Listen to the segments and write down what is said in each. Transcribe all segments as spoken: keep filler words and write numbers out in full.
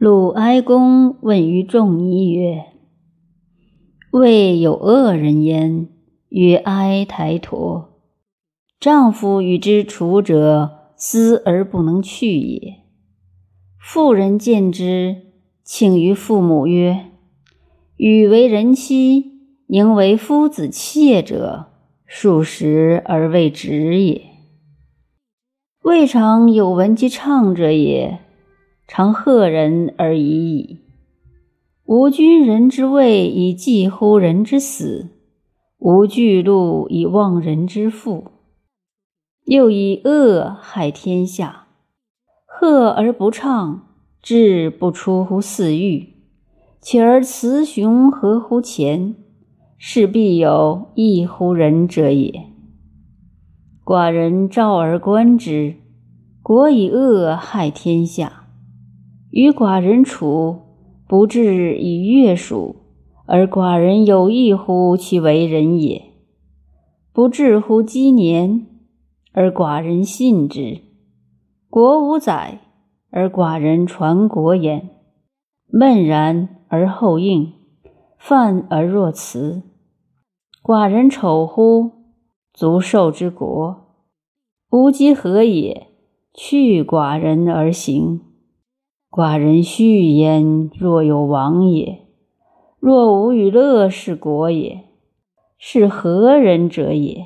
鲁哀公问于仲尼曰：未有恶人焉，曰哀台陀。丈夫与之处者，思而不能去也。妇人见之，请于父母曰：与为人妻，应为夫子妾者，数十而未止也。未尝有闻其唱者也，常贺人而已矣。吾君人之位以计乎人之死，吾巨鹿以忘人之父。又以恶害天下，贺而不唱，志不出乎四域，且而雌雄合乎前，是必有异乎人者也。寡人照而观之，国以恶害天下，与寡人处，不至以月数，而寡人有异乎其为人也。不至乎积年，而寡人信之。国无载，而寡人传国焉。闷然而后应，犯而若辞。寡人丑乎？足受之国。吾积何也？去寡人而行。寡人续焉，若有亡也。若无与乐是国也，是何人者也？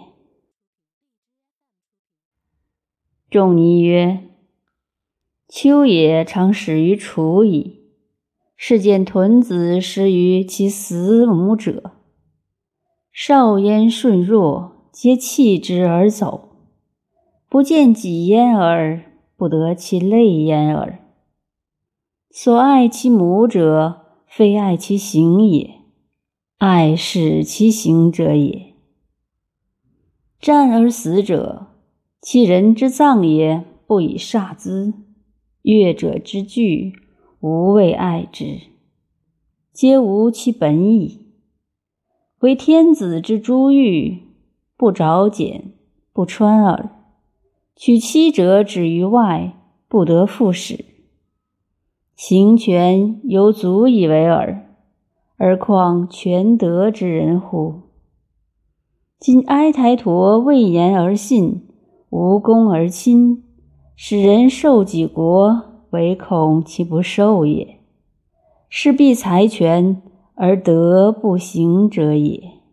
仲尼曰：丘也常始于楚矣。是见豚子食于其死母者，少焉顺弱，皆弃之而走。不见己焉耳，不得其类焉耳。所爱其母者，非爱其行也，爱使其行者也。战而死者，其人之葬也，不以煞资；乐者之具，无谓爱之，皆无其本矣。为天子之珠玉，不着简，不穿耳。取妻者止于外，不得复使。行权犹足以为耳，而况全德之人乎？今哀台陀未言而信，无功而亲，使人受己国，唯恐其不受也。是必财权而德不行者也。